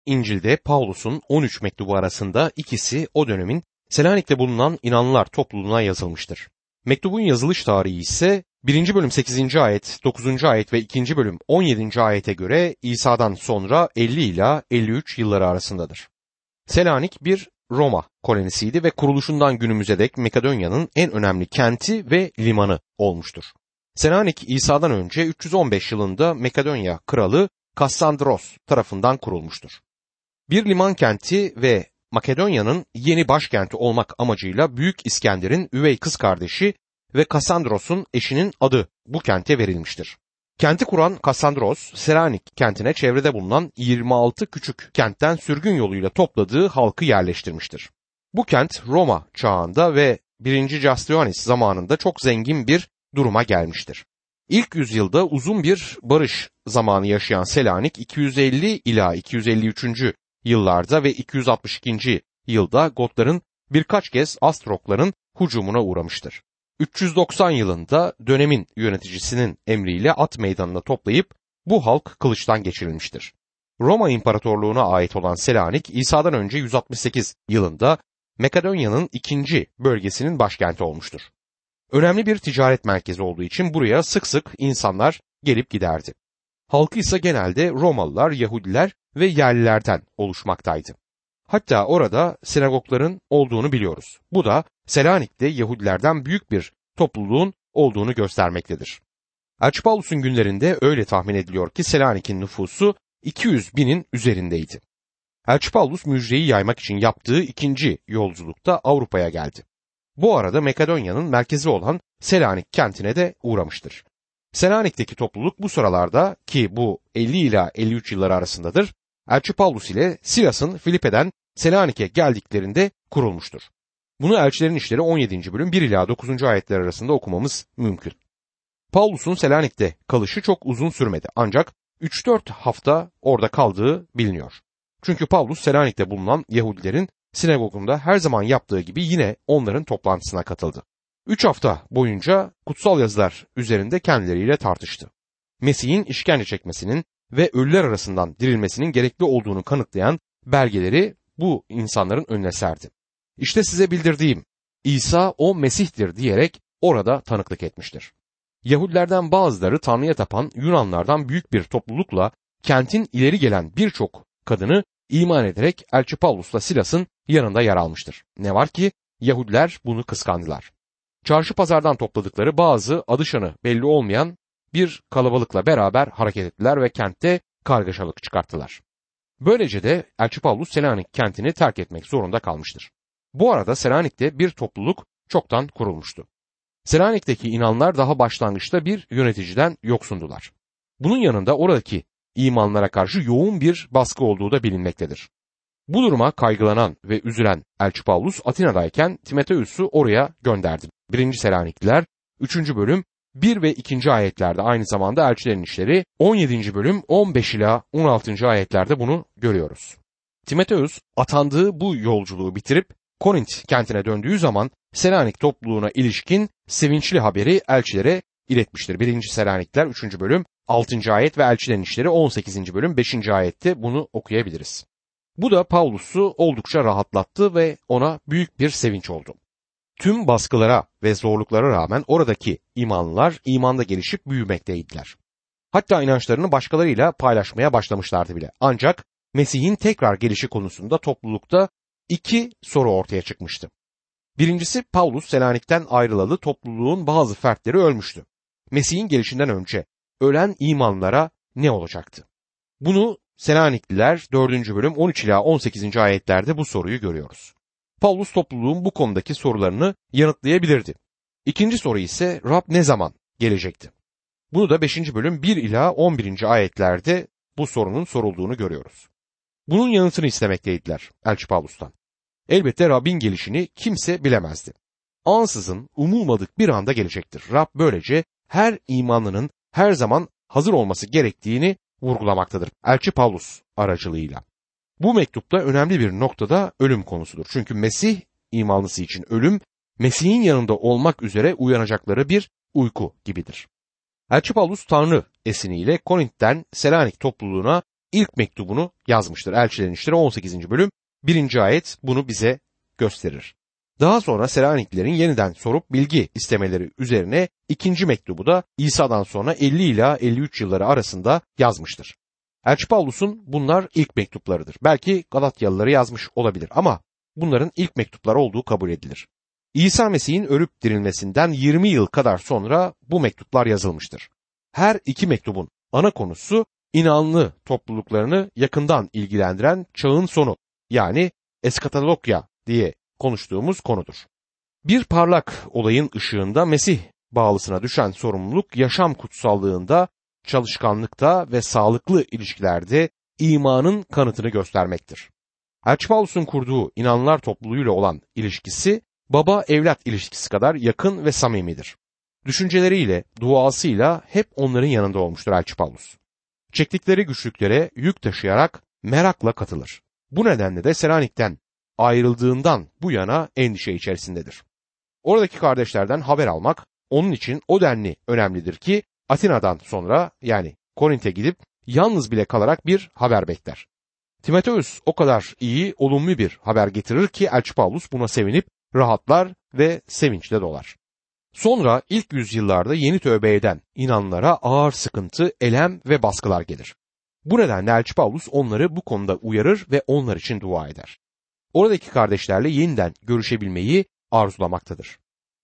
İncil'de Pavlus'un 13 mektubu arasında ikisi o dönemin Selanik'te bulunan inanlılar topluluğuna yazılmıştır. Mektubun yazılış tarihi ise 1. bölüm 8. ayet, 9. ayet ve 2. bölüm 17. ayete göre İsa'dan sonra 50 ila 53 yılları arasındadır. Selanik bir Roma kolonisiydi ve kuruluşundan günümüze dek Makedonya'nın en önemli kenti ve limanı olmuştur. Selanik İsa'dan önce 315 yılında Makedonya kralı Kassandros tarafından kurulmuştur. Bir liman kenti ve Makedonya'nın yeni başkenti olmak amacıyla Büyük İskender'in üvey kız kardeşi ve Kassandros'un eşinin adı bu kente verilmiştir. Kenti kuran Kassandros, Selanik kentine çevrede bulunan 26 küçük kentten sürgün yoluyla topladığı halkı yerleştirmiştir. Bu kent Roma çağında ve 1. Castianis zamanında çok zengin bir duruma gelmiştir. İlk yüzyılda uzun bir barış zamanı yaşayan Selanik 250 ila 253. yıllarda ve 262. yılda Gotların birkaç kez Astrokların hücumuna uğramıştır. 390 yılında dönemin yöneticisinin emriyle at meydanına toplayıp bu halk kılıçtan geçirilmiştir. Roma İmparatorluğu'na ait olan Selanik, İsa'dan önce 168 yılında Makedonya'nın ikinci bölgesinin başkenti olmuştur. Önemli bir ticaret merkezi olduğu için buraya sık sık insanlar gelip giderdi. Halkı ise genelde Romalılar, Yahudiler ve yerlilerden oluşmaktaydı. Hatta orada sinagogların olduğunu biliyoruz. Bu da Selanik'te Yahudilerden büyük bir topluluğun olduğunu göstermektedir. Elçi Pavlus'un günlerinde öyle tahmin ediliyor ki Selanik'in nüfusu 200 binin üzerindeydi. Elçi Pavlus müjdeyi yaymak için yaptığı ikinci yolculukta Avrupa'ya geldi. Bu arada Makedonya'nın merkezi olan Selanik kentine de uğramıştır. Selanik'teki topluluk bu sıralarda, ki bu 50 ila 53 yılları arasındadır, Elçi Pavlus ile Silas'ın Filipe'den Selanik'e geldiklerinde kurulmuştur. Bunu Elçilerin İşleri 17. bölüm 1 ila 9. ayetler arasında okumamız mümkün. Pavlus'un Selanik'te kalışı çok uzun sürmedi, ancak 3-4 hafta orada kaldığı biliniyor. Çünkü Pavlus Selanik'te bulunan Yahudilerin sinagogunda her zaman yaptığı gibi yine onların toplantısına katıldı. 3 hafta boyunca kutsal yazılar üzerinde kendileriyle tartıştı. Mesih'in işkence çekmesinin ve ölüler arasından dirilmesinin gerekli olduğunu kanıtlayan belgeleri bu insanların önüne serdi. İşte size bildirdiğim İsa o Mesih'tir diyerek orada tanıklık etmiştir. Yahudilerden bazıları Tanrı'ya tapan Yunanlardan büyük bir toplulukla kentin ileri gelen birçok kadını iman ederek Elçi Pavlus'la Silas'ın yanında yer almıştır. Ne var ki Yahudiler bunu kıskandılar. Çarşı pazardan topladıkları bazı adı şanı belli olmayan bir kalabalıkla beraber hareket ettiler ve kentte kargaşalık çıkarttılar. Böylece de Elçi Pavlus Selanik kentini terk etmek zorunda kalmıştır. Bu arada Selanik'te bir topluluk çoktan kurulmuştu. Selanik'teki inanlar daha başlangıçta bir yöneticiden yoksundular. Bunun yanında oradaki imanlara karşı yoğun bir baskı olduğu da bilinmektedir. Bu duruma kaygılanan ve üzülen Elçi Pavlus Atina'dayken Timoteus'u oraya gönderdi. 1. Selanikliler 3. bölüm 1 ve 2. ayetlerde, aynı zamanda Elçilerin İşleri 17. bölüm 15 ila 16. ayetlerde bunu görüyoruz. Timoteus atandığı bu yolculuğu bitirip Korint kentine döndüğü zaman Selanik topluluğuna ilişkin sevinçli haberi elçilere iletmiştir. 1. Selanikliler 3. bölüm 6. ayet ve Elçilerin İşleri 18. bölüm 5. ayette bunu okuyabiliriz. Bu da Pavlus'u oldukça rahatlattı ve ona büyük bir sevinç oldu. Tüm baskılara ve zorluklara rağmen oradaki imanlılar imanda gelişip büyümekteydiler. Hatta inançlarını başkalarıyla paylaşmaya başlamışlardı bile. Ancak Mesih'in tekrar gelişi konusunda toplulukta iki soru ortaya çıkmıştı. Birincisi, Pavlus Selanik'ten ayrılalı topluluğun bazı fertleri ölmüştü. Mesih'in gelişinden önce ölen imanlara ne olacaktı? Bunu Selanikliler 4. bölüm 13 ila 18. ayetlerde bu soruyu görüyoruz. Pavlus topluluğun bu konudaki sorularını yanıtlayabilirdi. İkinci soru ise Rab ne zaman gelecekti? Bunu da 5. bölüm 1 ila 11. ayetlerde bu sorunun sorulduğunu görüyoruz. Bunun yanıtını istemekteydiler Elçi Pavlus'tan. Elbette Rab'in gelişini kimse bilemezdi. Ansızın umulmadık bir anda gelecektir. Rab böylece her imanlının her zaman hazır olması gerektiğini vurgulamaktadır Elçi Pavlus aracılığıyla. Bu mektupta önemli bir noktada ölüm konusudur. Çünkü Mesih imanlısı için ölüm, Mesih'in yanında olmak üzere uyanacakları bir uyku gibidir. Elçi Pavlus Tanrı esiniyle Korint'ten Selanik topluluğuna ilk mektubunu yazmıştır. Elçilerin İşleri 18. bölüm 1. ayet bunu bize gösterir. Daha sonra Selaniklilerin yeniden sorup bilgi istemeleri üzerine ikinci mektubu da İsa'dan sonra 50 ila 53 yılları arasında yazmıştır. Elçi Pavlus'un bunlar ilk mektuplarıdır. Belki Galatyalıları yazmış olabilir ama bunların ilk mektuplar olduğu kabul edilir. İsa Mesih'in ölüp dirilmesinden 20 yıl kadar sonra bu mektuplar yazılmıştır. Her iki mektubun ana konusu inanlı topluluklarını yakından ilgilendiren çağın sonu yani eskatologya diye konuştuğumuz konudur. Bir parlak olayın ışığında Mesih bağlısına düşen sorumluluk yaşam kutsallığında, çalışkanlıkta ve sağlıklı ilişkilerde imanın kanıtını göstermektir. Elçi Pavlus'un kurduğu inanlılar topluluğuyla olan ilişkisi baba-evlat ilişkisi kadar yakın ve samimidir. Düşünceleriyle, duasıyla hep onların yanında olmuştur Elçi Pavlus. Çektikleri güçlüklere yük taşıyarak merakla katılır. Bu nedenle de Selanik'ten ayrıldığından bu yana endişe içerisindedir. Oradaki kardeşlerden haber almak onun için o denli önemlidir ki Atina'dan sonra yani Korint'e gidip yalnız bile kalarak bir haber bekler. Timoteus o kadar iyi, olumlu bir haber getirir ki Elçi Pavlus buna sevinip rahatlar ve sevinçle dolar. Sonra ilk yüzyıllarda yeni tövbe eden inanlara ağır sıkıntı, elem ve baskılar gelir. Bu nedenle Elçi Pavlus onları bu konuda uyarır ve onlar için dua eder. Oradaki kardeşlerle yeniden görüşebilmeyi arzulamaktadır.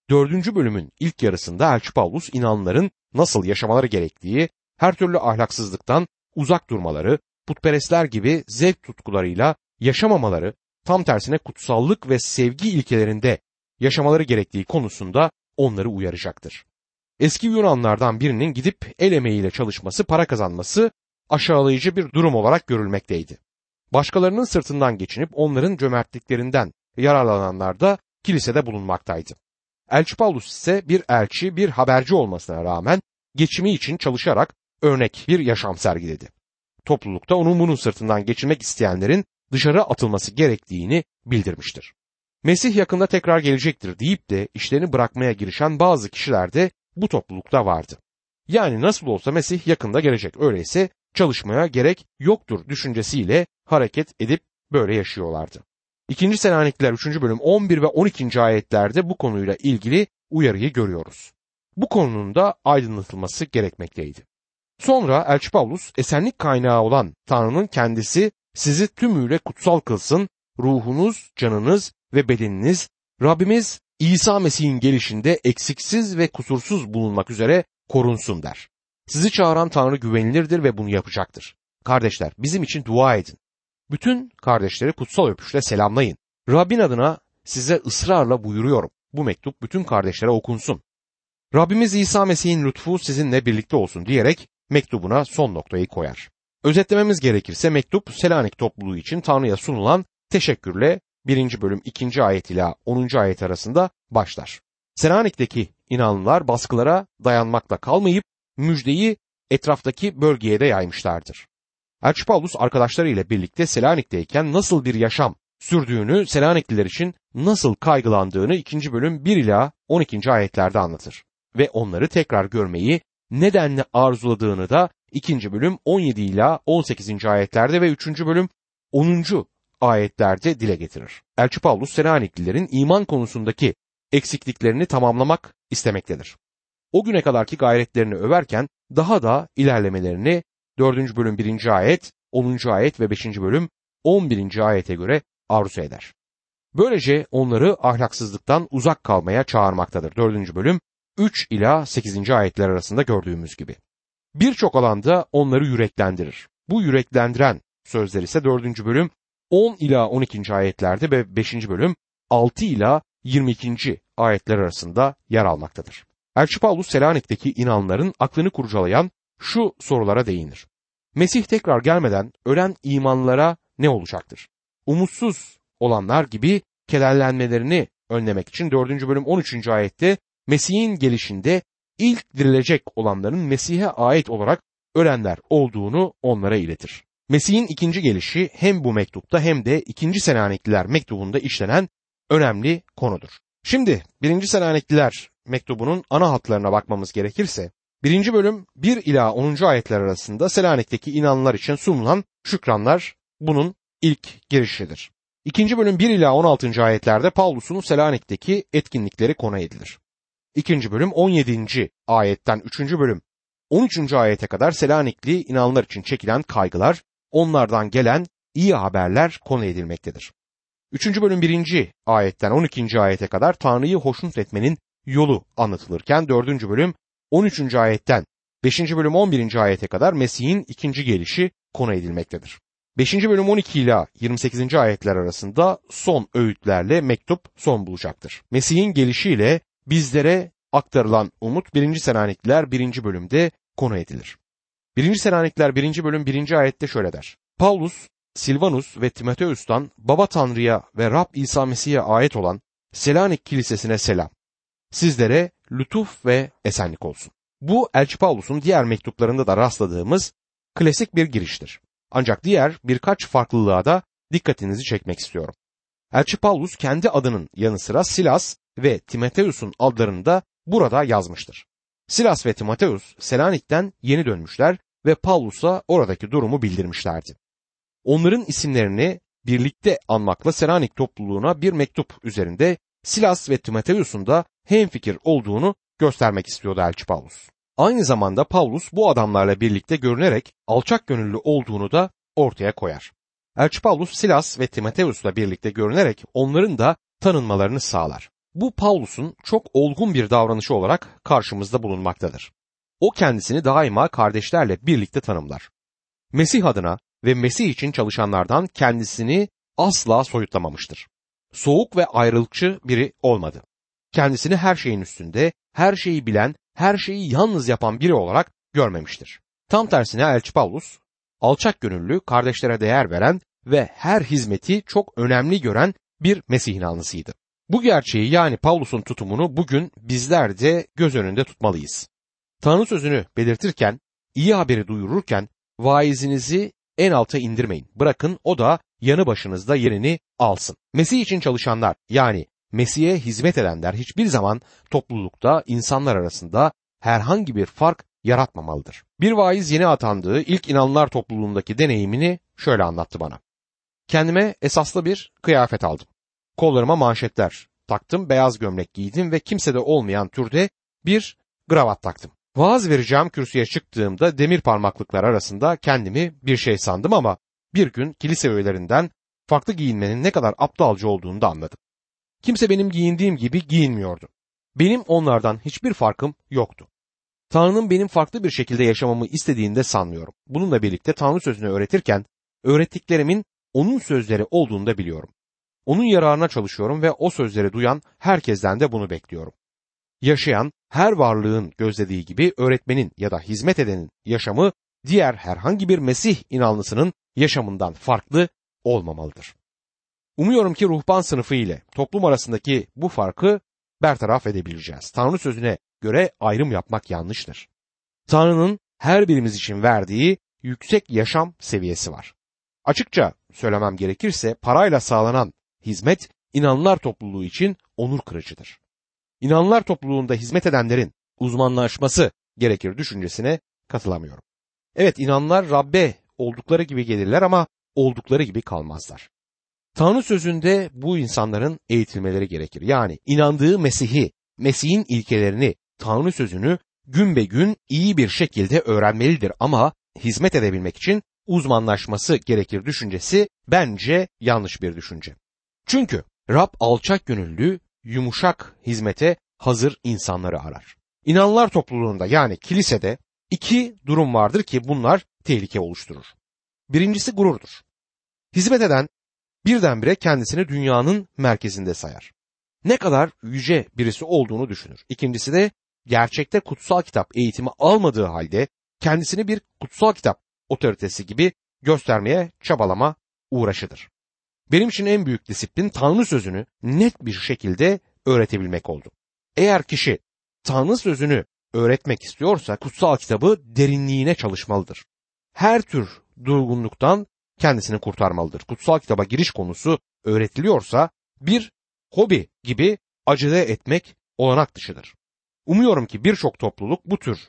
4. bölümün ilk yarısında Elçi Pavlus inanların nasıl yaşamaları gerektiği, her türlü ahlaksızlıktan uzak durmaları, putperestler gibi zevk tutkularıyla yaşamamaları, tam tersine kutsallık ve sevgi ilkelerinde yaşamaları gerektiği konusunda onları uyaracaktır. Eski Yunanlardan birinin gidip el emeğiyle çalışması, para kazanması aşağılayıcı bir durum olarak görülmekteydi. Başkalarının sırtından geçinip onların cömertliklerinden yararlananlar da kilisede bulunmaktaydı. Elçi Pavlus ise bir elçi, bir haberci olmasına rağmen geçimi için çalışarak örnek bir yaşam sergiledi. Toplulukta onun bunun sırtından geçinmek isteyenlerin dışarı atılması gerektiğini bildirmiştir. Mesih yakında tekrar gelecektir deyip de işlerini bırakmaya girişen bazı kişiler de bu toplulukta vardı. Yani nasıl olsa Mesih yakında gelecek, öyleyse çalışmaya gerek yoktur düşüncesiyle hareket edip böyle yaşıyorlardı. 2. Selanikliler 3. bölüm 11 ve 12. ayetlerde bu konuyla ilgili uyarıyı görüyoruz. Bu konunun da aydınlatılması gerekmekteydi. Sonra Elçi Pavlus esenlik kaynağı olan Tanrı'nın kendisi sizi tümüyle kutsal kılsın, ruhunuz, canınız ve bedeniniz Rabbimiz İsa Mesih'in gelişinde eksiksiz ve kusursuz bulunmak üzere korunsun der. Sizi çağıran Tanrı güvenilirdir ve bunu yapacaktır. Kardeşler, bizim için dua edin. Bütün kardeşleri kutsal öpüşle selamlayın. Rabbin adına size ısrarla buyuruyorum. Bu mektup bütün kardeşlere okunsun. Rabbimiz İsa Mesih'in lütfu sizinle birlikte olsun diyerek mektubuna son noktayı koyar. Özetlememiz gerekirse mektup Selanik topluluğu için Tanrı'ya sunulan teşekkürle 1. bölüm 2. ayet ile 10. ayet arasında başlar. Selanik'teki inanlılar baskılara dayanmakla kalmayıp müjdeyi etraftaki bölgeye de yaymışlardır. Elçi Pavlus arkadaşlarıyla birlikte Selanik'teyken nasıl bir yaşam sürdüğünü, Selanikliler için nasıl kaygılandığını 2. bölüm 1 ila 12. ayetlerde anlatır. Ve onları tekrar görmeyi nedenle arzuladığını da 2. bölüm 17 ila 18. ayetlerde ve 3. bölüm 10. ayetlerde dile getirir. Elçi Pavlus Selaniklilerin iman konusundaki eksikliklerini tamamlamak istemektedir. O güne kadarki gayretlerini överken daha da ilerlemelerini 4. bölüm 1. ayet, 10. ayet ve 5. bölüm 11. ayete göre arzu eder. Böylece onları ahlaksızlıktan uzak kalmaya çağırmaktadır. 4. bölüm 3 ila 8. ayetler arasında gördüğümüz gibi. Birçok alanda onları yüreklendirir. Bu yüreklendiren sözler ise 4. bölüm 10 ila 12. ayetlerde ve 5. bölüm 6 ila 22. ayetler arasında yer almaktadır. Elçi Pavlus Selanik'teki inanların aklını kurcalayan şu sorulara değinir. Mesih tekrar gelmeden ölen imanlara ne olacaktır? Umutsuz olanlar gibi kederlenmelerini önlemek için 4. bölüm 13. ayette Mesih'in gelişinde ilk dirilecek olanların Mesih'e ait olarak ölenler olduğunu onlara iletir. Mesih'in ikinci gelişi hem bu mektupta hem de 2. Selanikliler mektubunda işlenen önemli konudur. Şimdi 1. Selanikliler mektubunun ana hatlarına bakmamız gerekirse 1. bölüm 1 ila 10. ayetler arasında Selanik'teki inananlar için sunulan şükranlar bunun ilk girişidir. 2. bölüm 1 ila 16. ayetlerde Pavlus'un Selanik'teki etkinlikleri konu edilir. 2. bölüm 17. ayetten 3. bölüm 13. ayete kadar Selanikli inananlar için çekilen kaygılar, onlardan gelen iyi haberler konu edilmektedir. 3. bölüm 1. ayetten 12. ayete kadar Tanrı'yı hoşnut etmenin yolu anlatılırken 4. bölüm 13. ayetten 5. bölüm 11. ayete kadar Mesih'in ikinci gelişi konu edilmektedir. 5. bölüm 12 ila 28. ayetler arasında son öğütlerle mektup son bulacaktır. Mesih'in gelişiyle bizlere aktarılan umut 1. Selanikliler 1. bölümde konu edilir. 1. Selanikliler 1. bölüm 1. ayette şöyle der. Paulus, Silvanus ve Timoteus'tan Baba Tanrı'ya ve Rab İsa Mesih'e ait olan Selanik Kilisesi'ne selam. Sizlere lütuf ve esenlik olsun. Bu Elçi Paulus'un diğer mektuplarında da rastladığımız klasik bir giriştir. Ancak diğer birkaç farklılığa da dikkatinizi çekmek istiyorum. Elçi Paulus kendi adının yanı sıra Silas ve Timoteus'un adlarını da burada yazmıştır. Silas ve Timoteus Selanik'ten yeni dönmüşler ve Paulus'a oradaki durumu bildirmişlerdi. Onların isimlerini birlikte anmakla Selanik topluluğuna bir mektup üzerinde Silas ve Timoteus'un da hemfikir olduğunu göstermek istiyordu Elçi Paulus. Aynı zamanda Paulus bu adamlarla birlikte görünerek alçak gönüllü olduğunu da ortaya koyar. Elçi Paulus Silas ve Timoteus'la birlikte görünerek onların da tanınmalarını sağlar. Bu Paulus'un çok olgun bir davranışı olarak karşımızda bulunmaktadır. O kendisini daima kardeşlerle birlikte tanımlar. Mesih adına ve Mesih için çalışanlardan kendisini asla soyutlamamıştır. Soğuk ve ayrılıkçı biri olmadı. Kendisini her şeyin üstünde, her şeyi bilen, her şeyi yalnız yapan biri olarak görmemiştir. Tam tersine Elçi Paulus, alçak gönüllü, kardeşlere değer veren ve her hizmeti çok önemli gören bir Mesih inanlısıydı. Bu gerçeği yani Paulus'un tutumunu bugün bizler de göz önünde tutmalıyız. Tanrı sözünü belirtirken, iyi haberi duyururken vaizinizi en alta indirmeyin. Bırakın o da yanı başınızda yerini alsın. Mesih için çalışanlar yani Mesih'e hizmet edenler hiçbir zaman toplulukta insanlar arasında herhangi bir fark yaratmamalıdır. Bir vaiz yeni atandığı ilk inananlar topluluğundaki deneyimini şöyle anlattı bana. Kendime esaslı bir kıyafet aldım. Kollarıma manşetler taktım, beyaz gömlek giydim ve kimsede olmayan türde bir kravat taktım. Vaaz vereceğim kürsüye çıktığımda demir parmaklıklar arasında kendimi bir şey sandım ama bir gün kilise üyelerinden farklı giyinmenin ne kadar aptalca olduğunu da anladım. Kimse benim giyindiğim gibi giyinmiyordu. Benim onlardan hiçbir farkım yoktu. Tanrı'nın benim farklı bir şekilde yaşamamı istediğini de sanmıyorum. Bununla birlikte Tanrı sözünü öğretirken öğrettiklerimin onun sözleri olduğunu da biliyorum. Onun yararına çalışıyorum ve o sözleri duyan herkesten de bunu bekliyorum. Yaşayan her varlığın gözlediği gibi öğretmenin ya da hizmet edenin yaşamı diğer herhangi bir Mesih inanlısının yaşamından farklı olmamalıdır. Umuyorum ki ruhban sınıfı ile toplum arasındaki bu farkı bertaraf edebileceğiz. Tanrı sözüne göre ayrım yapmak yanlıştır. Tanrı'nın her birimiz için verdiği yüksek yaşam seviyesi var. Açıkça söylemem gerekirse parayla sağlanan hizmet inanlılar topluluğu için onur kırıcıdır. İnanlılar topluluğunda hizmet edenlerin uzmanlaşması gerekir düşüncesine katılamıyorum. Evet, inanlılar Rabbe oldukları gibi gelirler ama oldukları gibi kalmazlar. Tanrı sözünde bu insanların eğitilmeleri gerekir. Yani inandığı Mesih'i, Mesih'in ilkelerini, Tanrı sözünü gün be gün iyi bir şekilde öğrenmelidir ama hizmet edebilmek için uzmanlaşması gerekir düşüncesi bence yanlış bir düşünce. Çünkü Rab alçak gönüllü, yumuşak hizmete hazır insanları arar. İnanlılar topluluğunda yani kilisede iki durum vardır ki bunlar tehlike oluşturur. Birincisi gururdur. Hizmet eden birdenbire kendisini dünyanın merkezinde sayar. Ne kadar yüce birisi olduğunu düşünür. İkincisi de gerçekte kutsal kitap eğitimi almadığı halde kendisini bir kutsal kitap otoritesi gibi göstermeye çabalama uğraşıdır. Benim için en büyük disiplin Tanrı sözünü net bir şekilde öğretebilmek oldu. Eğer kişi Tanrı sözünü öğretmek istiyorsa kutsal kitabı derinliğine çalışmalıdır. Her tür durgunluktan kendisini kurtarmalıdır. Kutsal kitaba giriş konusu öğretiliyorsa bir hobi gibi acele etmek olanak dışıdır. Umuyorum ki birçok topluluk bu tür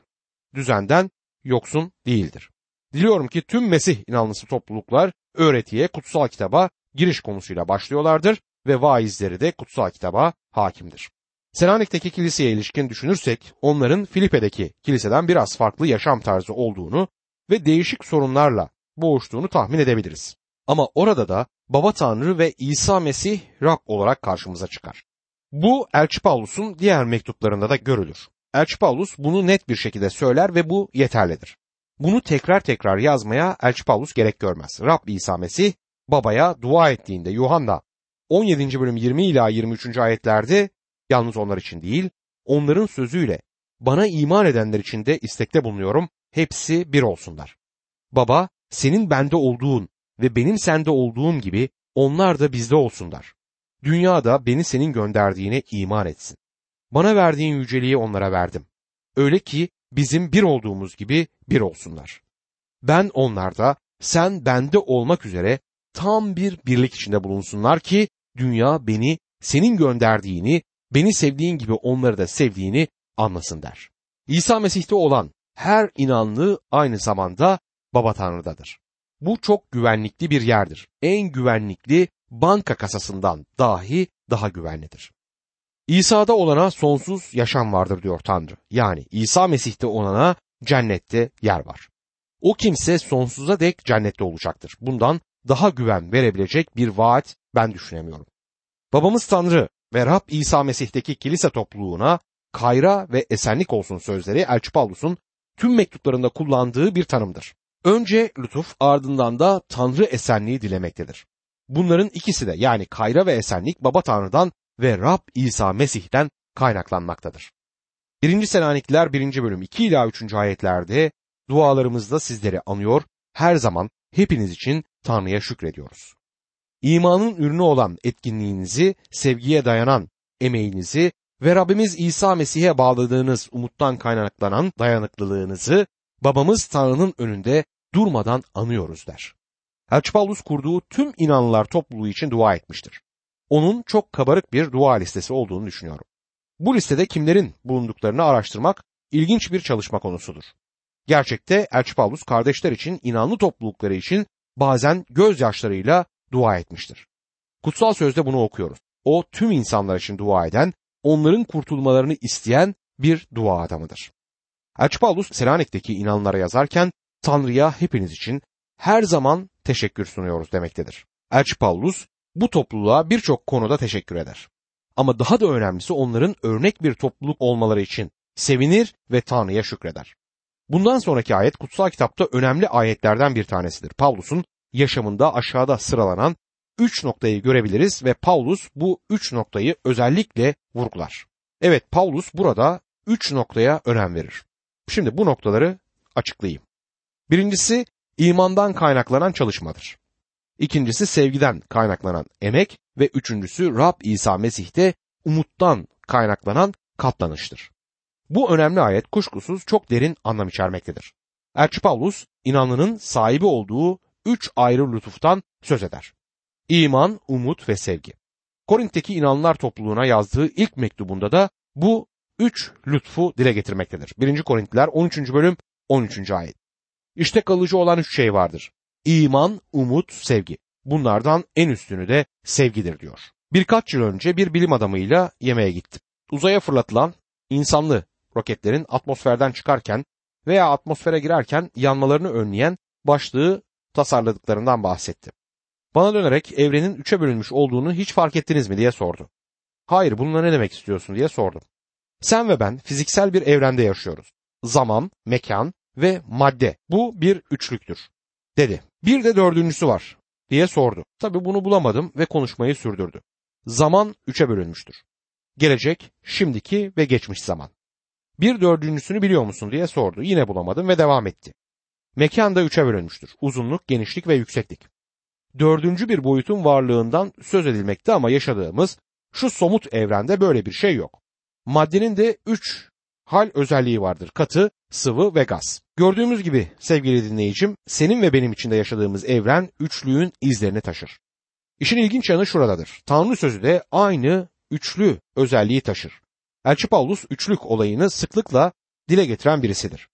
düzenden yoksun değildir. Diliyorum ki tüm Mesih inanlısı topluluklar öğretiye, kutsal kitaba giriş konusuyla başlıyorlardır ve vaizleri de kutsal kitaba hakimdir. Selanik'teki kiliseye ilişkin düşünürsek onların Filipe'deki kiliseden biraz farklı yaşam tarzı olduğunu ve değişik sorunlarla boğuştuğunu tahmin edebiliriz. Ama orada da Baba Tanrı ve İsa Mesih Rab olarak karşımıza çıkar. Bu Elçi Pavlus'un diğer mektuplarında da görülür. Elçi Pavlus bunu net bir şekilde söyler ve bu yeterlidir. Bunu tekrar tekrar yazmaya Elçi Pavlus gerek görmez. Rab İsa Mesih Baba'ya dua ettiğinde Yuhanna 17. bölüm 20 ila 23. ayetlerde yalnız onlar için değil, onların sözüyle bana iman edenler için de istekte bulunuyorum, hepsi bir olsunlar. Baba, senin bende olduğun ve benim sende olduğum gibi onlar da bizde olsunlar. Dünyada beni senin gönderdiğine iman etsin. Bana verdiğin yüceliği onlara verdim. Öyle ki bizim bir olduğumuz gibi bir olsunlar. Ben onlarda, sen bende olmak üzere tam bir birlik içinde bulunsunlar ki dünya beni senin gönderdiğini, beni sevdiğin gibi onları da sevdiğini anlasın der. İsa Mesih'te olan her inanlı aynı zamanda Baba Tanrı'dadır. Bu çok güvenlikli bir yerdir. En güvenlikli banka kasasından dahi daha güvenlidir. İsa'da olana sonsuz yaşam vardır diyor Tanrı. Yani İsa Mesih'te olana cennette yer var. O kimse sonsuza dek cennette olacaktır. Bundan daha güven verebilecek bir vaat ben düşünemiyorum. Babamız Tanrı ve Rab İsa Mesih'teki kilise topluluğuna kayra ve esenlik olsun sözleri Elçi Pavlus'un tüm mektuplarında kullandığı bir tanımdır. Önce lütuf, ardından da Tanrı esenliği dilemektedir. Bunların ikisi de yani kayra ve esenlik Baba Tanrı'dan ve Rab İsa Mesih'ten kaynaklanmaktadır. 1. Selanikliler 1. bölüm 2 ila 3. ayetlerde dualarımızda sizleri anıyor, her zaman hepiniz için Tanrı'ya şükrediyoruz. İmanın ürünü olan etkinliğinizi, sevgiye dayanan emeğinizi ve Rabbimiz İsa Mesih'e bağladığınız umuttan kaynaklanan dayanıklılığınızı babamız Tanrı'nın önünde durmadan anıyoruz der. Elçi Pavlus kurduğu tüm inanlılar topluluğu için dua etmiştir. Onun çok kabarık bir dua listesi olduğunu düşünüyorum. Bu listede kimlerin bulunduklarını araştırmak ilginç bir çalışma konusudur. Gerçekte Elçi Pavlus kardeşler için, inanlı toplulukları için bazen gözyaşlarıyla dua etmiştir. Kutsal sözde bunu okuyoruz. O tüm insanlar için dua eden, onların kurtulmalarını isteyen bir dua adamıdır. Elçi Pavlus Selanik'teki inanlara yazarken Tanrı'ya hepiniz için her zaman teşekkür sunuyoruz demektedir. Elçi Pavlus bu topluluğa birçok konuda teşekkür eder. Ama daha da önemlisi onların örnek bir topluluk olmaları için sevinir ve Tanrı'ya şükreder. Bundan sonraki ayet kutsal kitapta önemli ayetlerden bir tanesidir. Pavlus'un yaşamında aşağıda sıralanan 3 noktayı görebiliriz ve Pavlus bu 3 noktayı özellikle vurgular. Evet, Pavlus burada 3 noktaya önem verir. Şimdi bu noktaları açıklayayım. Birincisi imandan kaynaklanan çalışmadır. İkincisi sevgiden kaynaklanan emek ve üçüncüsü Rab İsa Mesih'te umuttan kaynaklanan katlanıştır. Bu önemli ayet kuşkusuz çok derin anlam içermektedir. Elçi Pavlus inanlının sahibi olduğu 3 ayrı lütuftan söz eder. İman, umut ve sevgi. Korint'teki inanlılar topluluğuna yazdığı ilk mektubunda da bu 3 lütfu dile getirmektedir. 1. Korintliler 13. bölüm 13. ayet. İşte kalıcı olan 3 şey vardır. İman, umut, sevgi. Bunlardan en üstünü de sevgidir diyor. Birkaç yıl önce bir bilim adamıyla yemeğe gittim. Uzaya fırlatılan insanlı roketlerin atmosferden çıkarken veya atmosfere girerken yanmalarını önleyen başlığı tasarladıklarından bahsetti. Bana dönerek evrenin 3'e bölünmüş olduğunu hiç fark ettiniz mi diye sordu. Hayır, bununla ne demek istiyorsun diye sordum. Sen ve ben fiziksel bir evrende yaşıyoruz. Zaman, mekan ve madde bu bir üçlüktür dedi. Bir de dördüncüsü var diye sordu. Tabii bunu bulamadım ve konuşmayı sürdürdü. Zaman 3'e bölünmüştür. Gelecek, şimdiki ve geçmiş zaman. Bir dördüncüsünü biliyor musun diye sordu. Yine bulamadım ve devam etti. Mekan da 3'e bölünmüştür. Uzunluk, genişlik ve yükseklik. Dördüncü bir boyutun varlığından söz edilmekte ama yaşadığımız şu somut evrende böyle bir şey yok. Maddenin de 3 hal özelliği vardır. Katı, sıvı ve gaz. Gördüğümüz gibi sevgili dinleyicim, senin ve benim içinde yaşadığımız evren üçlüğün izlerini taşır. İşin ilginç yanı şuradadır. Tanrı sözü de aynı üçlü özelliği taşır. Elçi Pavlus üçlük olayını sıklıkla dile getiren birisidir.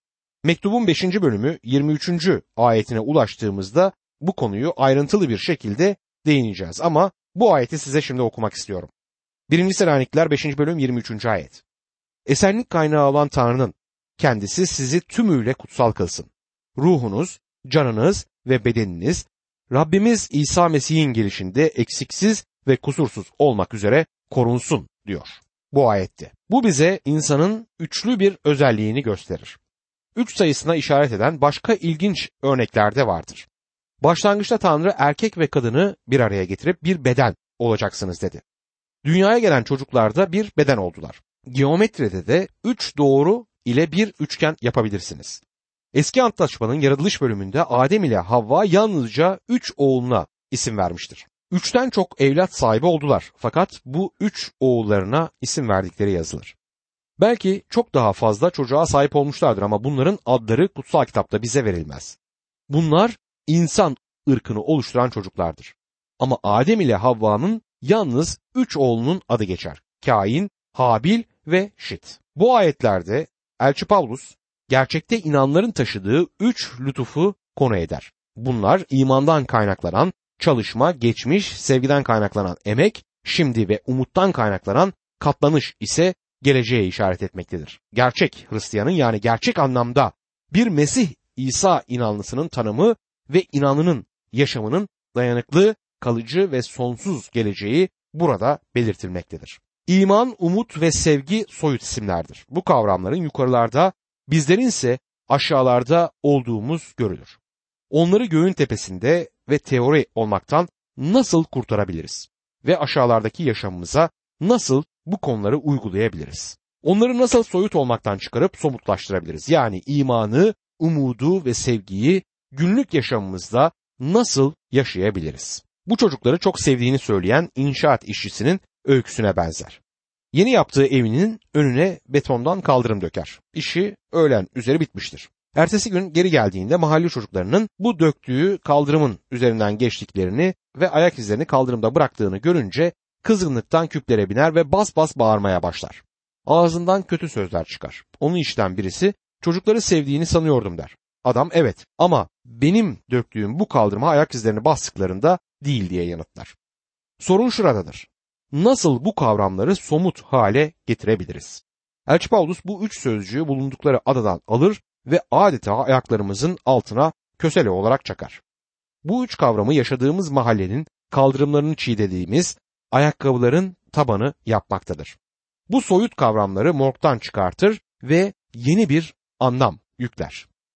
Mektubun 5. bölümü 23. ayetine ulaştığımızda bu konuyu ayrıntılı bir şekilde değineceğiz. Ama bu ayeti size şimdi okumak istiyorum. 1. Selanikliler 5. bölüm 23. ayet. Esenlik kaynağı olan Tanrı'nın kendisi sizi tümüyle kutsal kılsın. Ruhunuz, canınız ve bedeniniz Rabbimiz İsa Mesih'in gelişinde eksiksiz ve kusursuz olmak üzere korunsun diyor bu ayette. Bu bize insanın üçlü bir özelliğini gösterir. 3 sayısına işaret eden başka ilginç örnekler de vardır. Başlangıçta Tanrı erkek ve kadını bir araya getirip bir beden olacaksınız dedi. Dünyaya gelen çocuklar da bir beden oldular. Geometride de 3 doğru ile bir üçgen yapabilirsiniz. Eski Antlaşma'nın yaratılış bölümünde Adem ile Havva yalnızca 3 oğluna isim vermiştir. 3'ten çok evlat sahibi oldular fakat bu 3 oğullarına isim verdikleri yazılır. Belki çok daha fazla çocuğa sahip olmuşlardır ama bunların adları kutsal kitapta bize verilmez. Bunlar insan ırkını oluşturan çocuklardır. Ama Adem ile Havva'nın yalnız 3 oğlunun adı geçer. Kain, Habil ve Şit. Bu ayetlerde Elçi Pavlus gerçekte inanların taşıdığı 3 lütufu konu eder. Bunlar imandan kaynaklanan çalışma, geçmiş, sevgiden kaynaklanan emek, şimdi ve umuttan kaynaklanan katlanış ise geleceğe işaret etmektedir. Gerçek Hristiyanın yani gerçek anlamda bir Mesih İsa inanlısının tanımı ve inanının yaşamının dayanıklı, kalıcı ve sonsuz geleceği burada belirtilmektedir. İman, umut ve sevgi soyut isimlerdir. Bu kavramların yukarılarda, bizlerin ise aşağılarda olduğumuz görülür. Onları göğün tepesinde ve teori olmaktan nasıl kurtarabiliriz? Ve aşağılardaki yaşamımıza nasıl bu konuları uygulayabiliriz? Onları nasıl soyut olmaktan çıkarıp somutlaştırabiliriz? Yani imanı, umudu ve sevgiyi günlük yaşamımızda nasıl yaşayabiliriz? Bu çocukları çok sevdiğini söyleyen inşaat işçisinin öyküsüne benzer. Yeni yaptığı evinin önüne betondan kaldırım döker. İşi öğlen üzeri bitmiştir. Ertesi gün geri geldiğinde mahalle çocuklarının bu döktüğü kaldırımın üzerinden geçtiklerini ve ayak izlerini kaldırımda bıraktığını görünce kızgınlıktan küplere biner ve bas bas bağırmaya başlar. Ağzından kötü sözler çıkar. Onun işten birisi çocukları sevdiğini sanıyordum der. Adam evet ama benim döktüğüm bu kaldırıma ayak izlerini bastıklarında değil diye yanıtlar. Sorun şuradadır. Nasıl bu kavramları somut hale getirebiliriz? Elçi Pavlus bu 3 sözcüğü bulundukları adadan alır ve adeta ayaklarımızın altına kösele olarak çakar. Bu 3 kavramı yaşadığımız mahallenin kaldırımlarını çiğnediğimiz ayakkabıların tabanı yapmaktadır. Bu soyut kavramları morgdan çıkartır ve yeni bir anlam yükler.